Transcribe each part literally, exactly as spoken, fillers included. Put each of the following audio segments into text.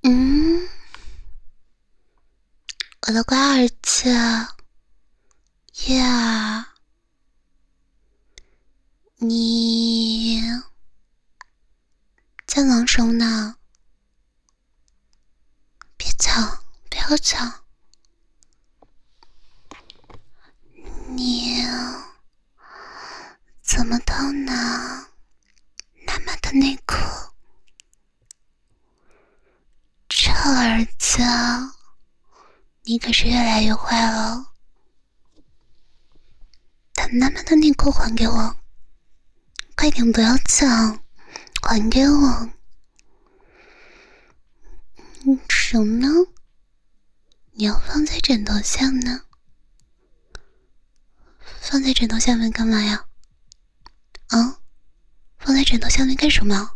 嗯，我的乖儿子，月儿，你在忙什么呢？别吵，不要吵。你怎么偷拿妈妈的内裤？臭儿子，你可是越来越坏了。把妈妈的内裤还给我，快点，不要抢，还给我。手呢？你要放在枕头下呢？放在枕头下面干嘛呀？啊？放在枕头下面干什么？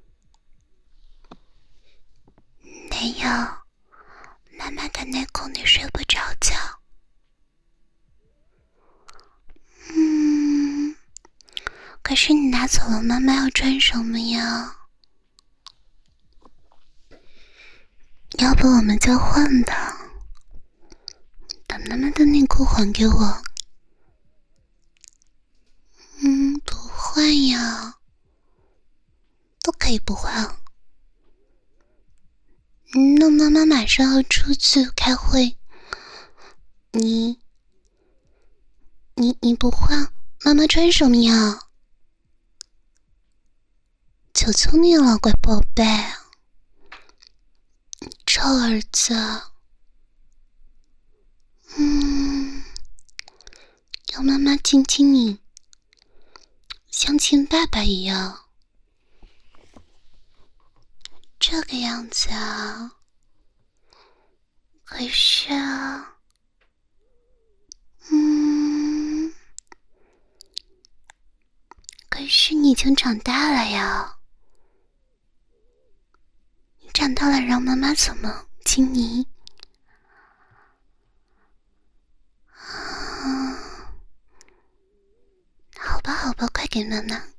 没有，妈妈的内裤你睡不着觉。嗯，可是你拿走了，妈妈要穿什么呀？要不我们交换吧？把妈妈的内裤还给我。嗯，不换呀，不可以不换。嗯，那妈妈马上要出去开会，你你你不换，妈妈穿什么呀？求求你了，乖宝贝，臭儿子。嗯，让妈妈亲亲你，像亲爸爸一样。这个样子啊。可是啊，嗯，可是你已经长大了呀。你长大了，让妈妈怎么亲你？啊，好吧，好吧，快给妈妈。